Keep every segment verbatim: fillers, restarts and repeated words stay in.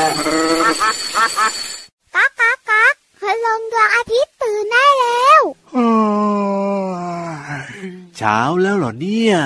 ก๊ากก๊ากก๊ากพลังดวงอาทิตย์ตื่นได้แล้วเช้าแล้วเหรอเนี่ย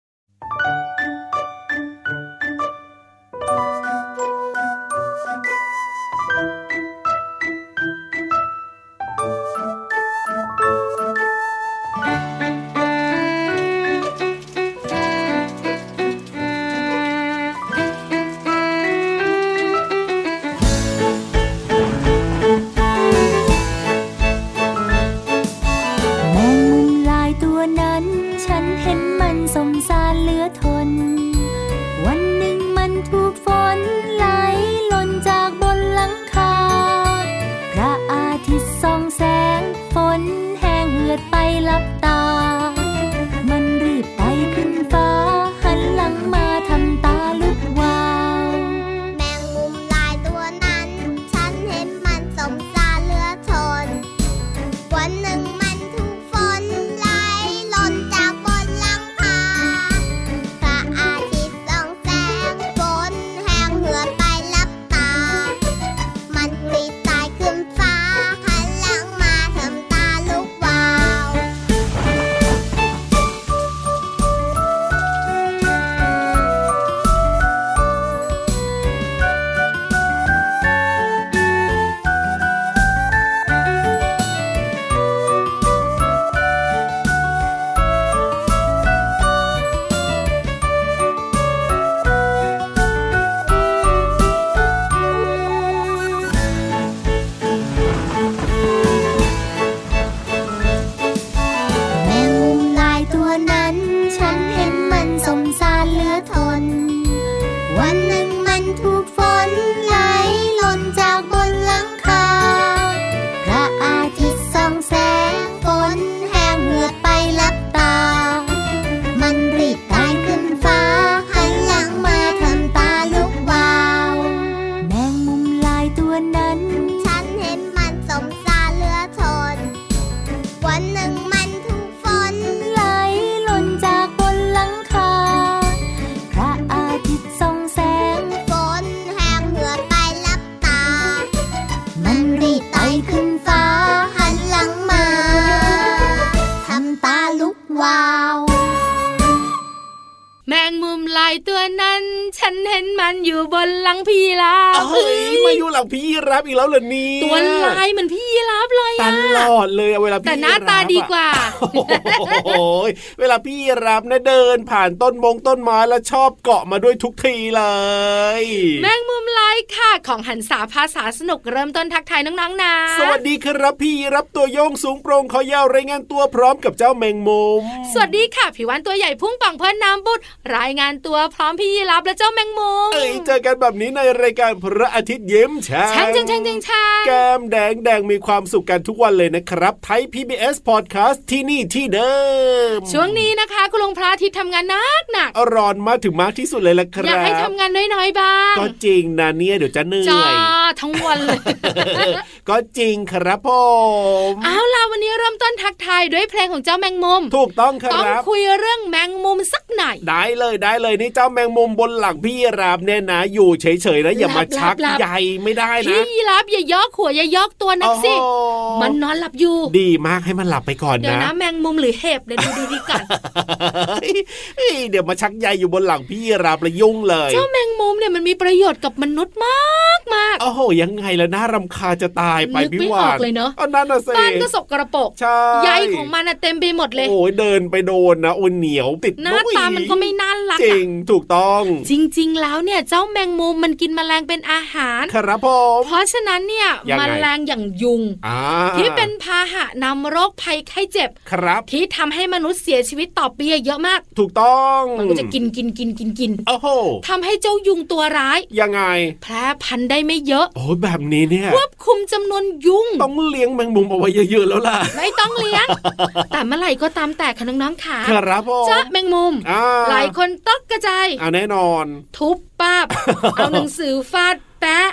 ฉันเห็นมันอยู่บนหลังพี่ราฟเฮ้ยมาอยู่หลังพี่ราฟอีกแล้วเหรอนี่ตัวลายเหมือนพี่ราฟเลยตลอดเลยเวลาพี่แต่หน้าตาดีกว่าโอ้ยเวลาพี่ราฟนะเดินผ่านต้นมงต้นไม้แล้วชอบเกาะมาด้วยทุกทีเลยแมงมุมลายค่ะของหันษาภาษาสนุกเริ่มต้นทักทายน้องๆนะสวัสดีครับพี่รับตัวโยงสูงโปร่งคอยาวรายงานตัวพร้อมกับเจ้าแมงมุมสวัสดีค่ะผิววันตัวใหญ่พุ่งป่องเพื่อนน้ำบุดรายงานตัวพร้อมพี่รับและเจ้าแมงมุมเอ้ยเจอกันแบบนี้ในรายการพระอาทิตย์ยิ้มแฉ่งแฉ่งแฉ่งแฉ่งแฉ่งแก้มแดงแดงมีความสุขกันทุกวันเลยนะครับไทย พี บี เอส Podcast ที่นี่ที่เดิมช่วงนี้นะคะคุณลุงพระอาทิตย์ทำงานหนักหนักร้อนมากถึงมากที่สุดเลยละครับอยากให้ทำงานน้อยๆบ้างก็จริงนะเนี่ยเดี๋ยวจะเหนื่อยจ้าทั้งวันเลยก็จริงครับผมเอาล่ะวันนี้เริ่มต้นทักทายด้วยเพลงของเจ้าแมงมุมถูกต้องครับต้องคุยเรื่องแมงมุมสักหน่อยได้เลยได้เลยนี่เจ้าแมงมุมบนหลังพี่ราบเนี่ยนะอยู่เฉยๆนะอย่ามาชักใหญ่ไม่ได้นะพี่รับอย่ายอกหัวอย่ายอกตัวนักสิมันนอนหลับอยู่ดีมากให้มันหลับไปก่อนนะเดี๋ยวนะแมงมุมหรือเห็บเดี๋ยวดูดีๆกันเดี๋ยวมาชักใยอยู่บนหลังพี่ราบละยุ่งเลยเจ้าแมงมุมเนี่ยมันมีประโยชน์กับมนุษย์มากมากโอ้โหยังไงล่ะน่ารำคาญจะตายไปพี่วานเลยเนาะนั่นน่ะสิบ้านก็สกปรกใยของมันเต็มไปหมดเลยโอ้ยเดินไปโดนนะโอ้ยเหนียวติดหน้าตามันก็ไม่น่ารักจริงถูกต้องจริงๆแล้วเนี่ยเจ้าแมงมุมมันกินแมลงเป็นอาหารครับผมเพราะฉะนั้นเนี่ยแมลงอย่างยุงที่เป็นพาหะนำโรคภัยไข้เจ็บครับที่ทำให้มนุษย์เสียชีวิตต่อปีเยอะมากถูกต้องมันก็จะกินกินกินกินกินโอ้โหทำให้เจ้ายุงตัวร้ายยังไงแพร่พันธุ์ได้ไม่เยอะโอ้แบบนี้เนี่ยควบคุมจำนวนยุงต้องเลี้ยงแมงมุมเอาไว้เยอะๆแล้วล่ะไม่ต้องเลี้ยงแต่เมื่อไหร่ก็ตามแต่ค่ะน้องๆค่ะครับผมจ้าแมงมุมหลายคนตกกระจายอ่าแน่นอนทุบป้าบเอาหนังสือฟาดแปะ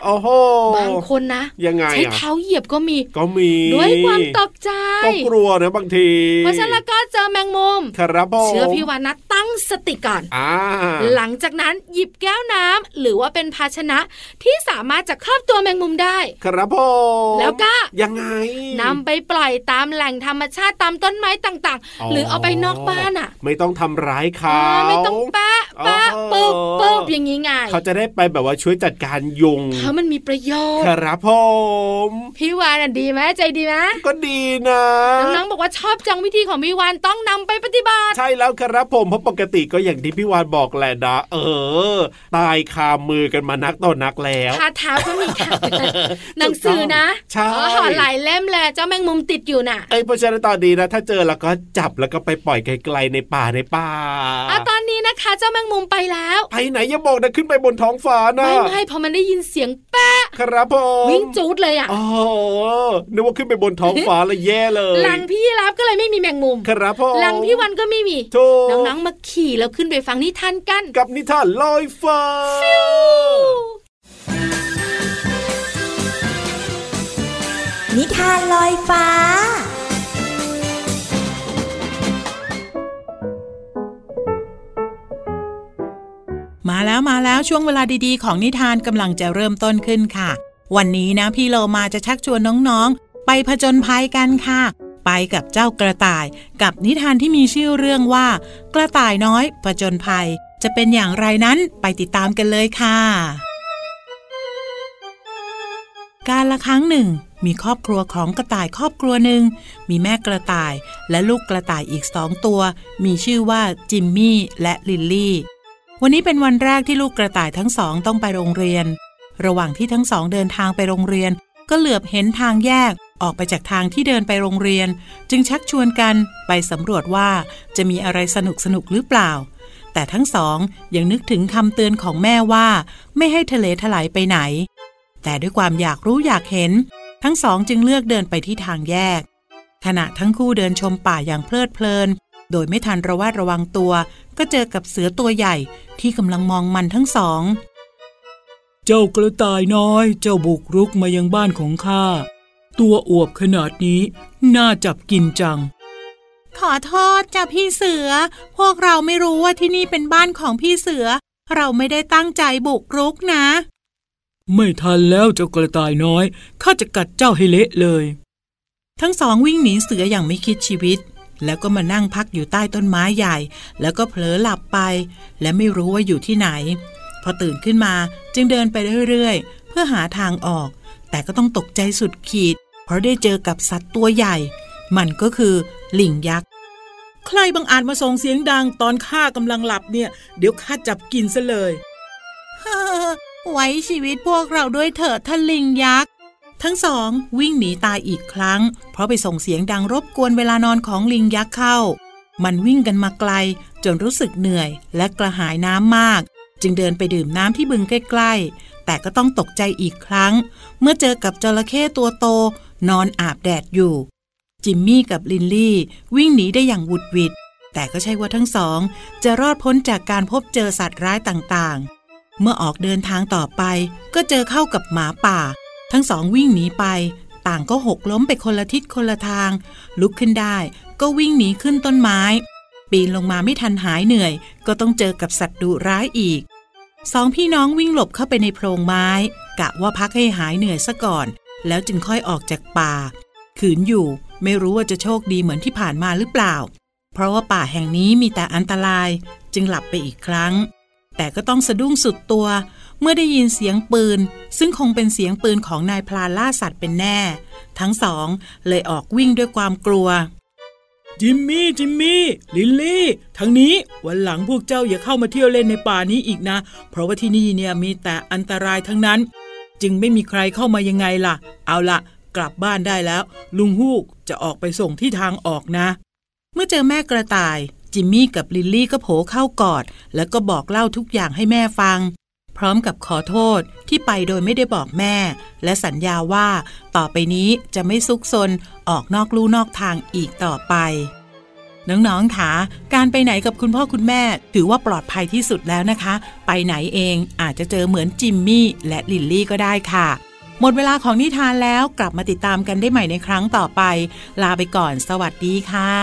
โอ้โหบางคนนะยังไงใช้เท้าเหยียบก็มีก็มีด้วยความตกใจก็กลัวนะบางทีเพราะฉะนั้นก็เจอแมงมุมครับผมเชื่อพี่วานะตั้งสติก่อนหลังจากนั้นหยิบแก้วน้ำหรือว่าเป็นภาชนะที่สามารถจะครอบตัวแมงมุมได้ครับผมแล้วก็ยังไงนำไปปล่อยตามแหล่งธรรมชาติตามต้นไม้ต่างๆหรือเอาไปนอกบ้านอ่ะไม่ต้องทำร้ายเขาไม่ต้องปะปะปึ๊บปึ๊บอย่างงี้ไงเขาจะได้ไปแบบว่าช่วยจัดการยุงเพราะมันมีประโยชน์ครับผมพี่วานอ่ะดีไหมใจดีไหมก็ดีนะน้องๆบอกว่าชอบจังวิธีของพี่วานต้องนำไปปฏิบัติใช่แล้วครับผมเพราะปกติก็อย่างที่พี่วานบอกแหละนะเออตายคามือกันมานักต่อนักแล้วคาเท้าก็มีค่ะหนังสือนะใช่ห่อหลายเล่มเลยเจ้าแมงมุมติดอยู่น่ะเอ้ยเพราะฉะนั้นตอนนี้นะถ้าเจอแล้วก็จับแล้วก็ไปปล่อยไกลๆในป่าในป่าอ่ะตอนนี้นะคะเจ้าแมงมุมไปแล้วไปไหนอย่าบอกนะขึ้นไปบนท้องฟ้านะไม่ไม่พอมันได้ยินเสียงแป๊ะครับผมวิ่งจูดเลยอ่ะอ๋อนึกว่าขึ้นไปบนท้องฟ้าแล้วแย่เลยหลังพี่รับก็เลยไม่มีแมงมุมครับผมหลังพี่วันก็ไม่มีน้องๆมาขี่แล้วขึ้นไปฟังนิทานกันกับนิทานลอยฟ้านิทานลอยฟ้ามาแล้วมาแล้วช่วงเวลาดีๆของนิทานกำลังจะเริ่มต้นขึ้นค่ะวันนี้นะพี่โลมาจะชักชวนน้องๆไปผจญภัยกันค่ะไปกับเจ้ากระต่ายกับนิทานที่มีชื่อเรื่องว่ากระต่ายน้อยผจญภัยจะเป็นอย่างไรนั้นไปติดตามกันเลยค่ะกาลครั้งหนึ่งมีครอบครัวของกระต่ายครอบครัวหนึ่งมีแม่กระต่ายและลูกกระต่ายอีกสองตัวมีชื่อว่าจิมมี่และลิลลี่วันนี้เป็นวันแรกที่ลูกกระต่ายทั้งสองต้องไปโรงเรียนระหว่างที่ทั้งสองเดินทางไปโรงเรียนก็เหลือบเห็นทางแยกออกไปจากทางที่เดินไปโรงเรียนจึงชักชวนกันไปสำรวจว่าจะมีอะไรสนุกสนุกหรือเปล่าแต่ทั้งสองยังนึกถึงคำเตือนของแม่ว่าไม่ให้ทะเลถลายไปไหนแต่ด้วยความอยากรู้อยากเห็นทั้งสองจึงเลือกเดินไปที่ทางแยกขณะทั้งคู่เดินชมป่าอย่างเพลิดเพลินโดยไม่ทันระแวดระวังตัวก็เจอกับเสือตัวใหญ่ที่กำลังมองมันทั้งสองเจ้ากระต่ายน้อยเจ้าบุกรุกมายังบ้านของข้าตัวอวบขนาดนี้น่าจับกินจังขอโทษจ้ะพี่เสือพวกเราไม่รู้ว่าที่นี่เป็นบ้านของพี่เสือเราไม่ได้ตั้งใจบุกรุกนะไม่ทันแล้วเจ้ากระต่ายน้อยข้าจะกัดเจ้าให้เละเลยทั้งสองวิ่งหนีเสืออย่างไม่คิดชีวิตแล้วก็มานั่งพักอยู่ใต้ต้นไม้ใหญ่แล้วก็เผลอหลับไปและไม่รู้ว่าอยู่ที่ไหนพอตื่นขึ้นมาจึงเดินไปเรื่อยๆเพื่อหาทางออกแต่ก็ต้องตกใจสุดขีดเพราะได้เจอกับสัตว์ตัวใหญ่มันก็คือลิงยักษ์ใครบังอาจมาส่งเสียงดังตอนข้ากำลังหลับเนี่ยเดี๋ยวข้าจับกินซะเลยเฮ้อไว้ชีวิตพวกเราด้วยเถิดท่านลิงยักษ์ทั้งสองวิ่งหนีตายอีกครั้งเพราะไปส่งเสียงดังรบกวนเวลานอนของลิงยักษ์เข้ามันวิ่งกันมาไกลจนรู้สึกเหนื่อยและกระหายน้ำมากจึงเดินไปดื่มน้ำที่บึงใกล้ๆแต่ก็ต้องตกใจอีกครั้งเมื่อเจอกับจระเข้ตัวโตนอนอาบแดดอยู่จิมมี่กับลินลี่วิ่งหนีได้อย่างหวุดหวิดแต่ก็ใช่ว่าทั้งสองจะรอดพ้นจากการพบเจอสัตว์ร้ายต่างๆเมื่อออกเดินทางต่อไปก็เจอเข้ากับหมาป่าทั้งสองวิ่งหนีไปต่างก็หกล้มไปคนละทิศคนละทางลุกขึ้นได้ก็วิ่งหนีขึ้นต้นไม้ปีนลงมาไม่ทันหายเหนื่อยก็ต้องเจอกับสัตว์ดุร้ายอีกสองพี่น้องวิ่งหลบเข้าไปในโพรงไม้กะว่าพักให้หายเหนื่อยซะก่อนแล้วจึงค่อยออกจากป่าขืนอยู่ไม่รู้ว่าจะโชคดีเหมือนที่ผ่านมาหรือเปล่าเพราะว่าป่าแห่งนี้มีแต่อันตรายจึงหลับไปอีกครั้งแต่ก็ต้องสะดุ้งสุดตัวเมื่อได้ยินเสียงปืนซึ่งคงเป็นเสียงปืนของนายพรานล่าสัตว์เป็นแน่ทั้งสองเลยออกวิ่งด้วยความกลัวจิมมี่จิมมี่ลิลลี่ทั้งนี้วันหลังพวกเจ้าอย่าเข้ามาเที่ยวเล่นในป่านี้อีกนะเพราะว่าที่นี่เนี่ยมีแต่อันตรายทั้งนั้นจึงไม่มีใครเข้ามายังไงล่ะเอาล่ะกลับบ้านได้แล้วลุงฮูกจะออกไปส่งที่ทางออกนะเมื่อเจอแม่กระต่ายจิมมี่กับลิลลี่ก็โผล่เข้ากอดแล้วก็บอกเล่าทุกอย่างให้แม่ฟังพร้อมกับขอโทษที่ไปโดยไม่ได้บอกแม่และสัญญาว่าต่อไปนี้จะไม่ซุกซนออกนอกลู่นอกทางอีกต่อไปน้องๆค่ะการไปไหนกับคุณพ่อคุณแม่ถือว่าปลอดภัยที่สุดแล้วนะคะไปไหนเองอาจจะเจอเหมือนจิมมี่และลิลลี่ก็ได้ค่ะหมดเวลาของนิทานแล้วกลับมาติดตามกันได้ใหม่ในครั้งต่อไปลาไปก่อนสวัสดีค่ะ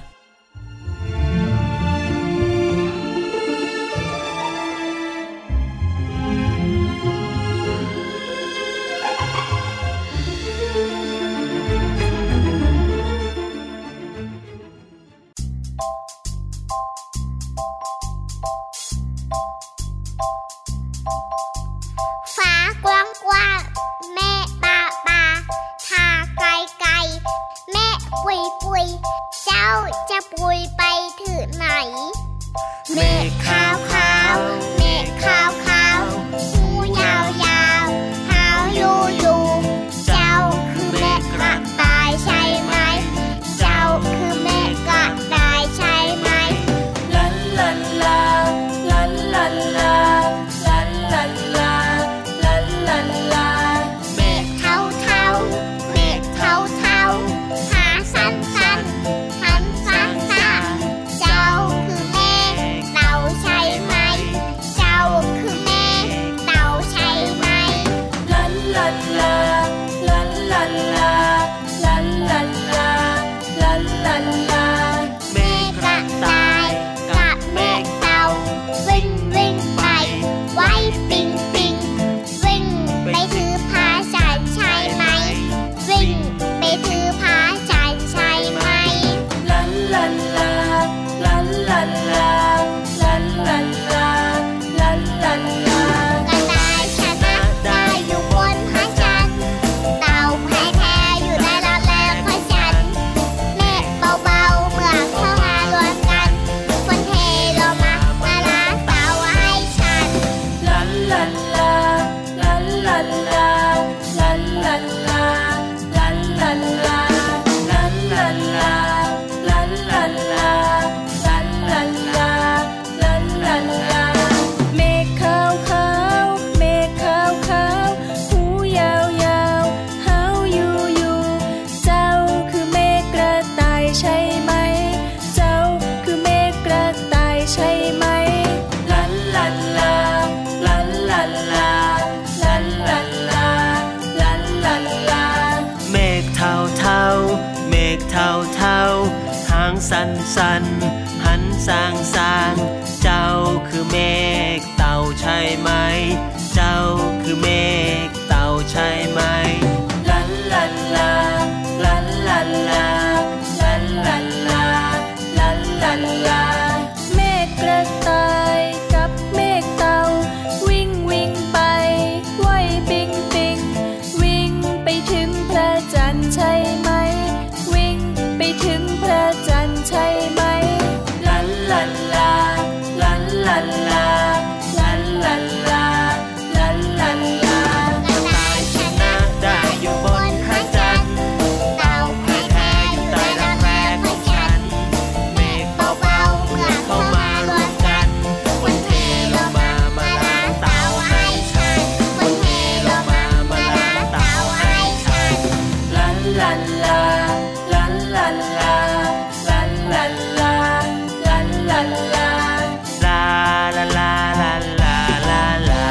ฟ้ากว้างกว้างแม่ปาปาทาไกลไกลแม่ปุยปุยเจ้าจะปุยไปถึงไหนเมฆขาวขาวเมฆขาวขาวหูยาวยาวหาวยูยูเจ้าคือแม่กระต่ายใช่ไหมเจ้าคือแม่กระต่ายใช่ไหมลันลันลาลันลันลาลันลันลาลันลันลาเมฆเทาเทาเมฆเทาเทาหาสั้นสั้นหันซ่าซ่าเจ้าคือแม่เต่าใช่ไหมเจ้าคือแม่เต่าใช่ไหมลันลันลาลันลันลาลันลันลาลันลันลาเมฆกระต่ายกับเมฆเต่าวิ่งวิ่งไปไว้ปิงปิงวิ่งไปถือพาฉันใช่ไหมวิ่งไปถือพาฉันใช่ไหมลันลันลาลันลันลาลันลันลาลันลันลากระต่ายชนะได้อยู่บนพระจันทร์เต่าแพ้แพ้อยู่ในละแลพระจันทร์เมฆเบาๆเมื่อเข้ามารวมกันฝนเทลงมามาล้างเต่าให้ฉันลันลันลาลันลันลาลันลันลาลันลันลาลันลันลาลันลันลาลันลันลาลันลันลาเมฆขาวขาวเมฆขาวขาวหูยาวยาวหาวยูยูเจ้าคือเมฆกระต่ายใช่ไหมเจ้าคือเมฆกระต่ายใช่ไหมลันลันลาลันลันลาลันลันลาลันลันลาเมฆเทาเทาเมฆเทาเทาหางสันสันหันสางสางเจ้าคือเมฆเต่าใช่ไหมเจ้าคือเมฆเต่าใช่ไหมลันลันลาลันลันลาลันลันลาลันลันลาเมฆกระต่ายกับเมฆเต่าวิ่งวิ่งไปไว้ปิงปิงวิ่งไปถึงพระจันทร์ใช่ไหมวิ่งไปถึงพระจันทร์ใช่ไหมลันลันลาลันลันลาลันลันลาลันลันลากระต่ายชนะได้อยู่บนพระจันทร์เต่าแพ้แพ้อยู่ใต้รักแร้พระจันทร์เมฆเบาๆเมื่อเข้ามารวมกันฝนเทลงมามาล้างเต่าให้ฉันฝนเทลงมามาล้างเต่าให้ฉันลันลันลาลันลันลาลันลันลาลันลันลาลาลาลาลาลาลาลา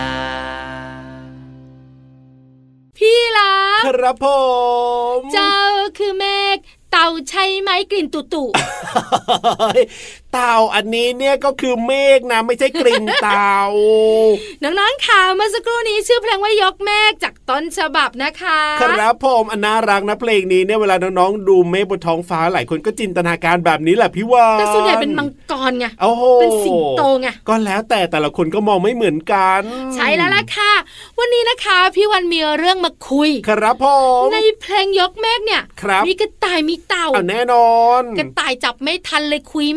พี่ลาบครับผมเจ้าคือเมฆเต่าใช่ไหมกลิ่นตุตุเต่าอันนี้เนี่ยก็คือเมฆนะไม่ใช่กลิ่นเต่าน้องๆข่าวเมื่อสักครู่นี้ชื่อเพลงว่ายกเมฆจากต้นฉบับนะคะครับผมอันน่ารักนะเพลงนี้เนี่ยเวลาน้องๆดูเมฆบนท้องฟ้าหลายคนก็จินตนาการแบบนี้แหละพี่วานแต่ส่วนใหญ่เป็นมังกรไงเป็นสิงโตไงก็แล้วแต่แต่ละคนก็มองไม่เหมือนกันใช่แล้วล่ะค่ะวันนี้นะคะพี่วันมีเรื่องมาคุยครับผมในเพลงยกเมฆเนี่ยมีกระต่ายมีเต่าแน่นอนกระต่ายจับไม่ทันเลยคุยไม่ได้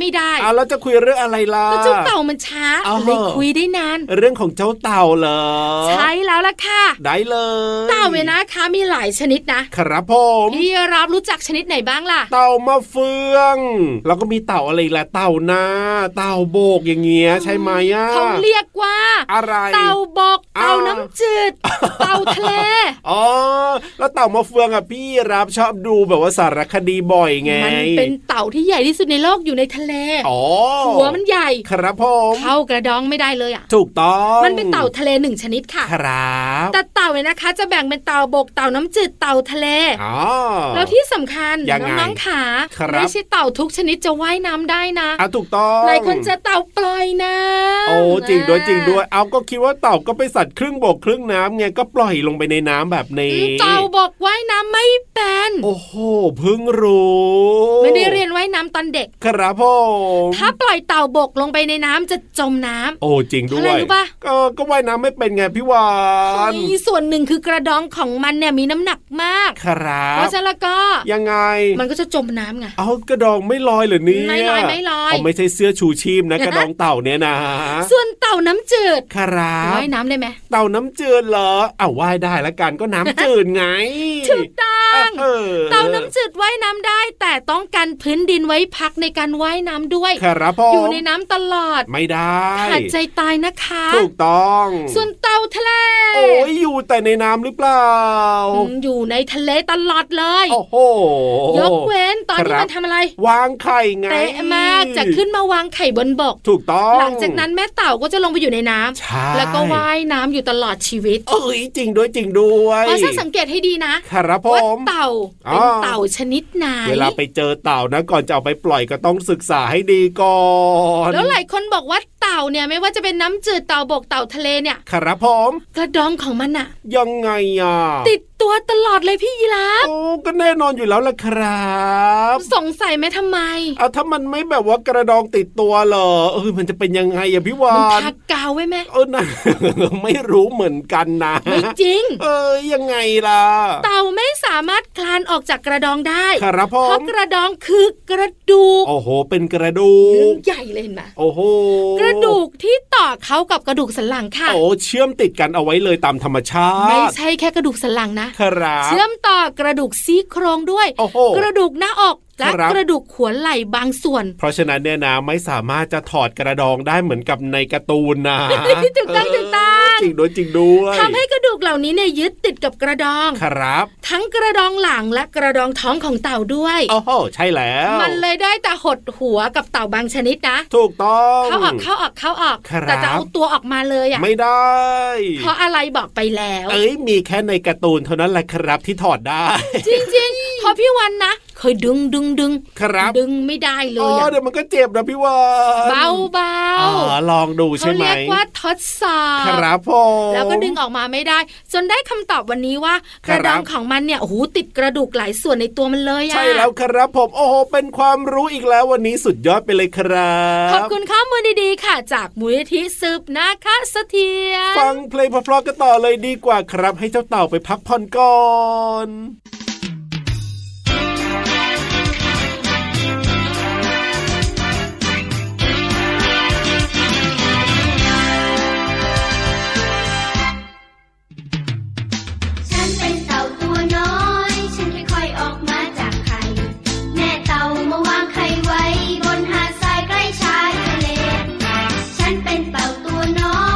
เอาแล้วจะคุยเรื่องอะไรล่ะก็เจ้าเต่ามันช้าเลยคุยได้นานเรื่องของเจ้าเต่าเหรอใช่แล้วล่ะค่ะได้เลยเต่าเนี่ยนะคะมีหลายชนิดนะครับผมพี่รับรู้จักชนิดไหนบ้างล่ะเต่ามาเฟืองแล้วก็มีเต่าอะไรล่ะเต่านาเต่าโบกอย่างเงี้ยใช่ไหมอ่ะเขาเรียกว่าอะไรเต่าบกเต่าน้ำจืดเต่าทะเลอ๋อแล้วเต่ามาเฟืองอ่ะพี่รับชอบดูแบบว่าสารคดีบ่อยไงมันเป็นเต่าที่ใหญ่ที่สุดในโลกอยู่ในทะเลอ๋อหัวมันใหญ่ครับผมเข้ากระดองไม่ได้เลยอ่ะถูกต้องมันเป็นเต่าทะเลหนึ่งชนิดค่ะครับแต่เต่าเนี่ยนะคะจะแบ่งเป็นเต่าบกเต่าน้ำจืดเต่าทะเลอ๋อแล้วที่สำคัญน้องๆขาไม่ใช่เต่าทุกชนิดจะว่ายน้ำได้นะอ่ะถูกต้องหลายคนจะเต่าปล่อยน้ำโอ้จริงด้วยจริงด้วยเอาก็คิดว่าเต่าก็เป็นสัตว์ครึ่งบกครึ่งน้ำไงก็ปล่อยลงไปในน้ำแบบนี้เต่าบกว่ายน้ำไม่เป็นโอ้โหเพิ่งรู้ไม่ได้เรียนว่ายน้ำตอนเด็กครับผมถ้าปล่อยเต่าบกลงไปในน้ำจะจมน้ำโอ้จริงด้วยอะไรรู้ปะก็ก็ว่ายน้ำไม่เป็นไงพี่วานมีส่วนหนึ่งคือกระดองของมันเนี่ยมีน้ำหนักมากครับเพราะฉะนั้นก็ยังไงมันก็จะจมน้ำไงเอากระดองไม่ลอยเหรอเนี่ยไม่ลอยไม่ลอยเอาไม่ใช่เสื้อชูชีพนะกระดองเต่าเนี่ยนะส่วนเต่าน้ำจืดครับว่ายน้ำได้ไหมเต่าน้ำจืดเหรออ้าวว่ายได้ละกันก็น้ำจืดไงถูกต้องเต่าน้ำจืดว่ายน้ำได้แต่ต้องกันพื้นดินไว้พักในการว่ายน้ำด้วยครับผมอยู่ในน้ำตลอดไม่ได้ขาดใจตายนะคะถูกต้องส่วนเต่าทะเลโอ้ยอยู่แต่ในน้ำหรือเปล่าอยู่ในทะเลตลอดเลยโอ้โหยกเว้นตอนที่มันทำอะไรวางไข่ไงเตะมากจะขึ้นมาวางไข่บนบกถูกต้องหลังจากนั้นแม่เต่าก็จะลงไปอยู่ในน้ำแล้วก็ว่ายน้ำอยู่ตลอดชีวิตเอ้ยจริงด้วยจริงด้วยเพราะฉะนั้นสังเกตให้ดีนะครับผมว่าเต่าเป็นเต่าชนิดไหนเวลาไปเจอเต่านะก่อนจะเอาไปปล่อยก็ต้องศึกษาให้ดีก่อนแล้วหลายคนบอกว่าเต่าเนี่ยไม่ว่าจะเป็นน้ำจืดเต่าบกเต่าทะเลเนี่ยครับผมกระดองของมันอะยังไงอ่ะติดตัวตลอดเลยพี่ยีราฟโอ้ก็แน่นอนอยู่แล้วล่ะครับสงสัยไหมทำไมเอาถ้ามันไม่แบบว่ากระดองติดตัวเหรอเออมันจะเป็นยังไงอะพี่วานมันทากาวไว้ไหมเออนะไม่รู้เหมือนกันนะไม่จริงเออยังไงล่ะเต่าไม่สามารถคลานออกจากกระดองได้ครับผมเพราะกระดองคือกระดูกโอ้โหเป็นกระดูกใหญ่เลยเห็นไหมโอ้โหกระดูกที่ต่อเข้ากับกระดูกสันหลังค่ะโอ้เชื่อมติดกันเอาไว้เลยตามธรรมชาติไม่ใช่แค่กระดูกสันหลังนะครับเชื่อมต่อกระดูกซี่โครงด้วยกระดูกหน้าอกและกระดูกหัวไหล่บางส่วนเพราะฉะนั้นเนี่ยนะไม่สามารถจะถอดกระดองได้เหมือนกับในการ์ตูนนะถูกต้องถูกต้องจริงด้วยจริงด้วยทำให้กระดูกเหล่านี้เนี่ยยึดติดกับกระดองครับทั้งกระดองหลังและกระดองท้องของเต่าด้วยโอ้โหใช่แล้วมันเลยได้แต่หดหัวกับเต่าบางชนิดนะถูกต้องเข้าออกเข้าออกเข้าออกแต่จะเอาตัวออกมาเลยอ่ะไม่ได้เพราะอะไรบอกไปแล้วเอ้ยมีแค่ในการ์ตูนเท่านั้นแหละครับที่ถอดได้จริงๆพอพี่วันนะเคยดึงดึงดึงครับดึงไม่ได้เลยอ๋อเดี๋ยวมันก็เจ็บนะพี่วานเบาเบาอ๋อลองดูใช่ไหมเขาเรียกว่าทดสอบครับผมแล้วก็ดึงออกมาไม่ได้จนได้คำตอบวันนี้ว่ากระดองของมันเนี่ยโอ้โหติดกระดูกหลายส่วนในตัวมันเลยอะใช่แล้วครับผมโอ้โหเป็นความรู้อีกแล้ววันนี้สุดยอดไปเลยครับขอบคุณข้อมูลดีๆค่ะจากมูลนิธิสืบนะคะเสถียรฟังเพลงเพราะๆกันต่อเลยดีกว่าครับให้เจ้าเต่าไปพักผ่อนก่อน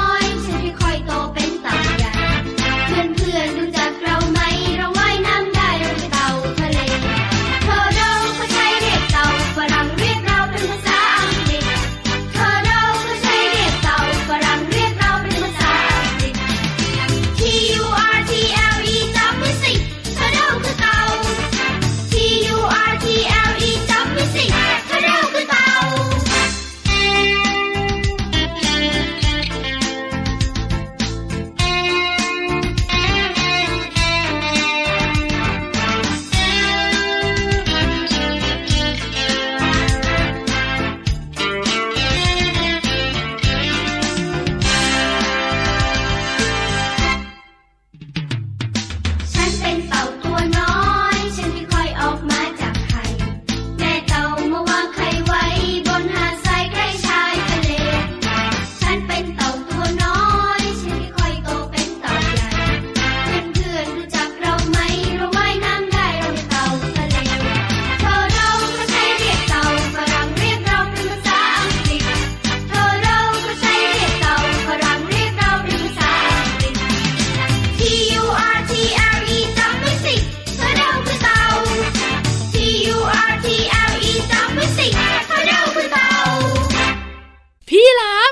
เพื่อนๆรู้จักเราไหมเราว่ายน้ำได้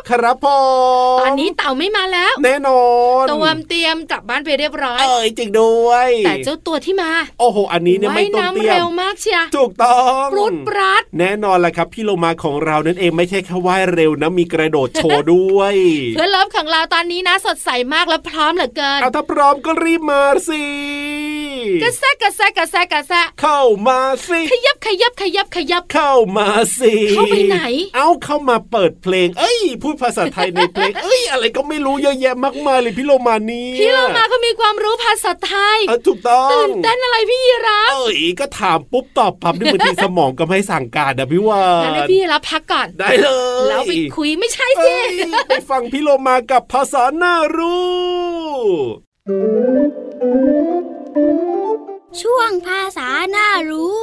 ครับผมตอนนี้เต่าไม่มาแล้วแน่นอนตัวเตรียมกลับบ้านไปเรียบร้อยเอ้ยจริงด้วยแต่เจ้าตัวที่มาโอ้โหอันนี้เนี่ยไม่ต้องเตรียมว่ายน้ำเร็วมากเชียถูกต้องปรุดปรัดแน่นอนแหละครับพี่โลมาของเรานั่นเองไม่ใช่แค่ว่ายเร็วนะมีกระโดดโชว์ด้วยเพื่อนเลิฟของเราตอนนี้นะสดใสมากและพร้อมเหลือเกินเอาถ้าพร้อมก็รีบมาสิกระแซกกระแซกกระแซกกระแซเข้ามาสิขยับขยับขยับขยับเข้ามาสิเข้าไปไหนเอาเข้ามาเปิดเพลงเอ้ยพูดภาษาไทยในเพลงเอ้ยอะไรก็ไม่รู้เยอะแยะมากมายเลยพี่โลมานี่พี่โลมาเขามีความรู้ภาษาไทยเออถูกต้องตื่นเต้นอะไรพี่ยีรับเอ้ยก็ถามปุ๊บตอบปั๊บด้วยบางทีสมองก็ไม่สั่งการนะพี่วานงั้นให้พี่ยีรับพักก่อนได้เลยแล้วไปคุยไม่ใช่สิไปฟังพี่โลมากับภาษาน่ารู้ช่วงภาษาน่ารู้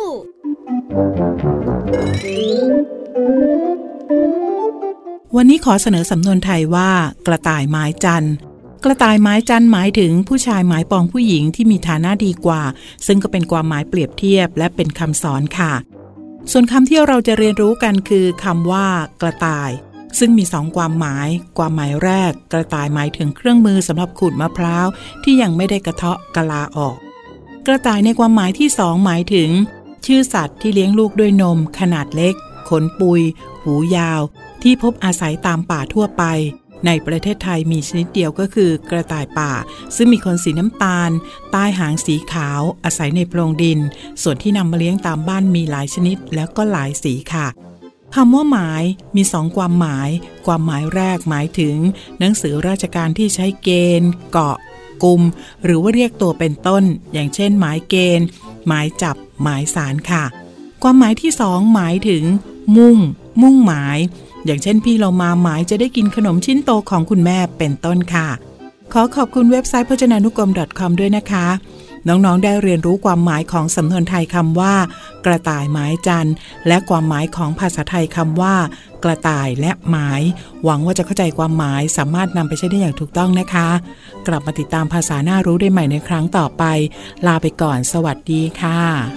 วันนี้ขอเสนอสำนวนไทยว่ากระต่ายไม้จันทร์กระต่ายไม้จันทร์หมายถึงผู้ชายหมายปองผู้หญิงที่มีฐานะดีกว่าซึ่งก็เป็นความหมายเปรียบเทียบและเป็นคำสอนค่ะส่วนคำที่เราจะเรียนรู้กันคือคำว่ากระต่ายซึ่งมีสองความหมายความหมายแรกกระต่ายหมายถึงเครื่องมือสำหรับขูดมะพร้าวที่ยังไม่ได้กระเทาะกะลาออกกระต่ายในความหมายที่สองหมายถึงชื่อสัตว์ที่เลี้ยงลูกด้วยนมขนาดเล็กขนปุยหูยาวที่พบอาศัยตามป่าทั่วไปในประเทศไทยมีชนิดเดียวก็คือกระต่ายป่าซึ่งมีขนสีน้ำตาลใต้หางสีขาวอาศัยในโพรงดินส่วนที่นำมาเลี้ยงตามบ้านมีหลายชนิดแล้วก็หลายสีค่ะคำว่าหมายมีสองความหมายความหมายแรกหมายถึงหนังสือราชการที่ใช้เกณฑ์เกาะกุมหรือว่าเรียกตัวเป็นต้นอย่างเช่นหมายเกณฑ์หมายจับหมายสารค่ะความหมายที่สองหมายถึงมุ่งมุ่งหมายอย่างเช่นพี่เรามาหมายจะได้กินขนมชิ้นโตของคุณแม่เป็นต้นค่ะขอขอบคุณเว็บไซต์พจนานุกรม .com ด้วยนะคะน้องๆได้เรียนรู้ความหมายของสำนวนไทยคำว่ากระต่ายไม้จันทร์และความหมายของภาษาไทยคำว่ากระต่ายและไม้หวังว่าจะเข้าใจความหมายสามารถนำไปใช้ได้อย่างถูกต้องนะคะกลับมาติดตามภาษาน่ารู้ได้ใหม่ในครั้งต่อไปลาไปก่อนสวัสดีค่ะ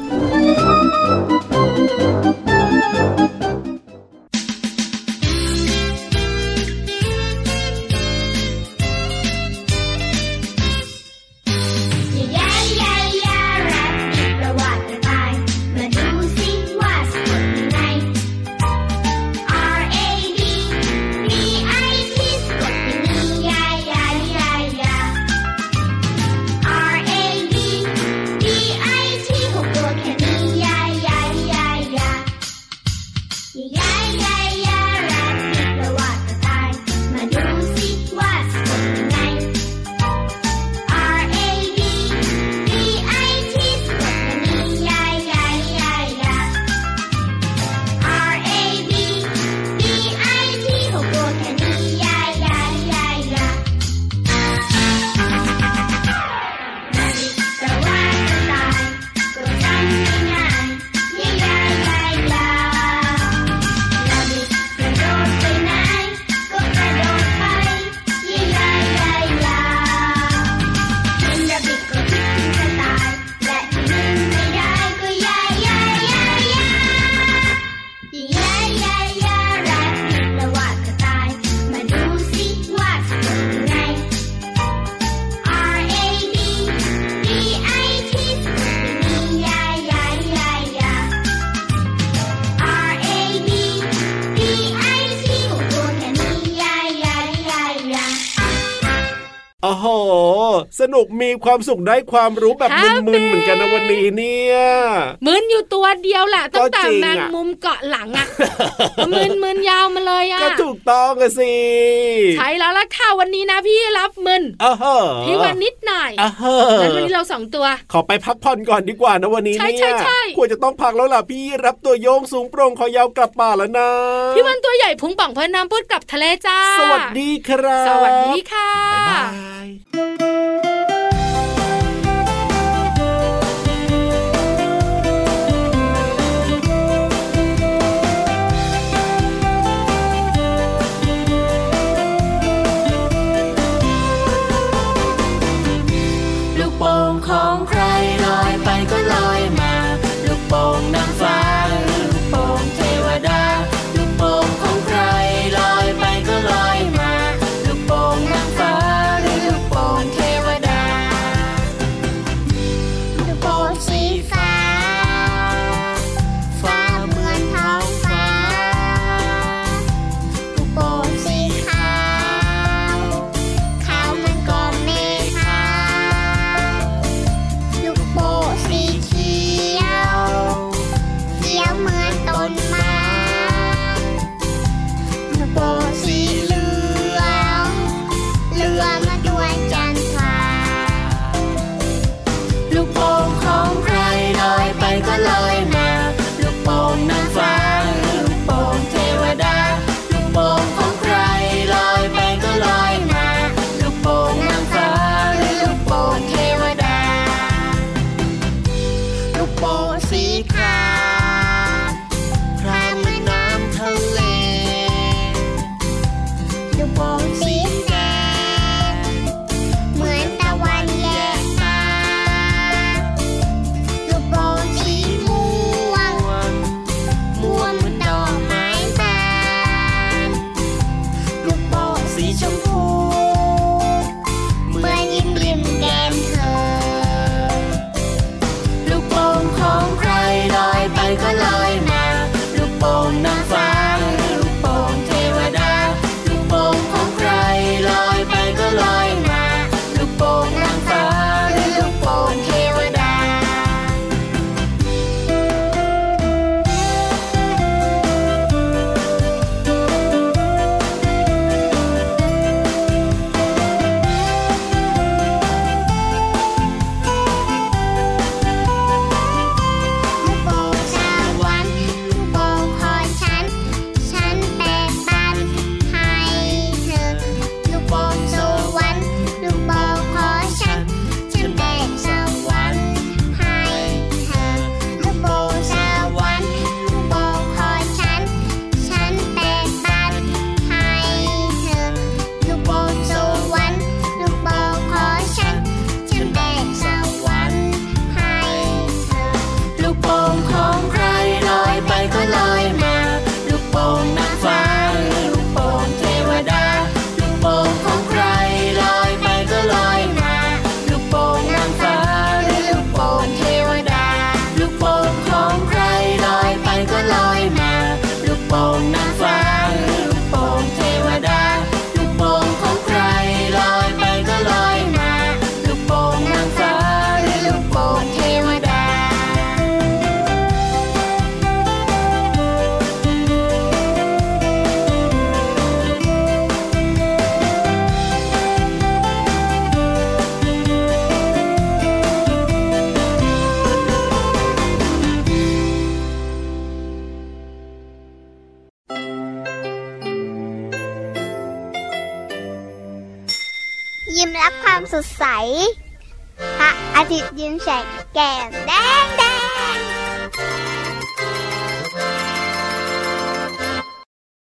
โอ้โหสนุกมีความสุขได้ความรู้แบบมึนๆเหมือนกันนะวันนี้เนี่ยมึนอยู่ตัวเดียวแหละตั้งแต่แมงมุมเกาะหลังอ่ะมึนๆยาวมาเลยอ่ะก็ถูกต้องอะสิใช่แล้วล่ะค่ะวันนี้นะพี่รับมึนพี่วันนิดหน่อยงั้นวันนี้เราสองตัวขอไปพักผ่อนก่อนดีกว่านะวันนี้เนี่ยควรจะต้องพักแล้วล่ะพี่รับตัวโยงสูงโปร่งคอยาวกลับป่าแล้วนะพี่วันตัวใหญ่พุงป่องเพิ่นน้ำพุดกลับทะเลจ้าสวัสดีครับสวัสดีค่ะบ๊ายบายลูกโป่งของใครลอยไปก็ลอยมาลูกโป่งนางฟ้าลูกโป่งเทวดาลูกโป่งของใครลอยไปก็ลอยสดใสพระอาทิตย์ยิ้มแฉกแก้มแดงแด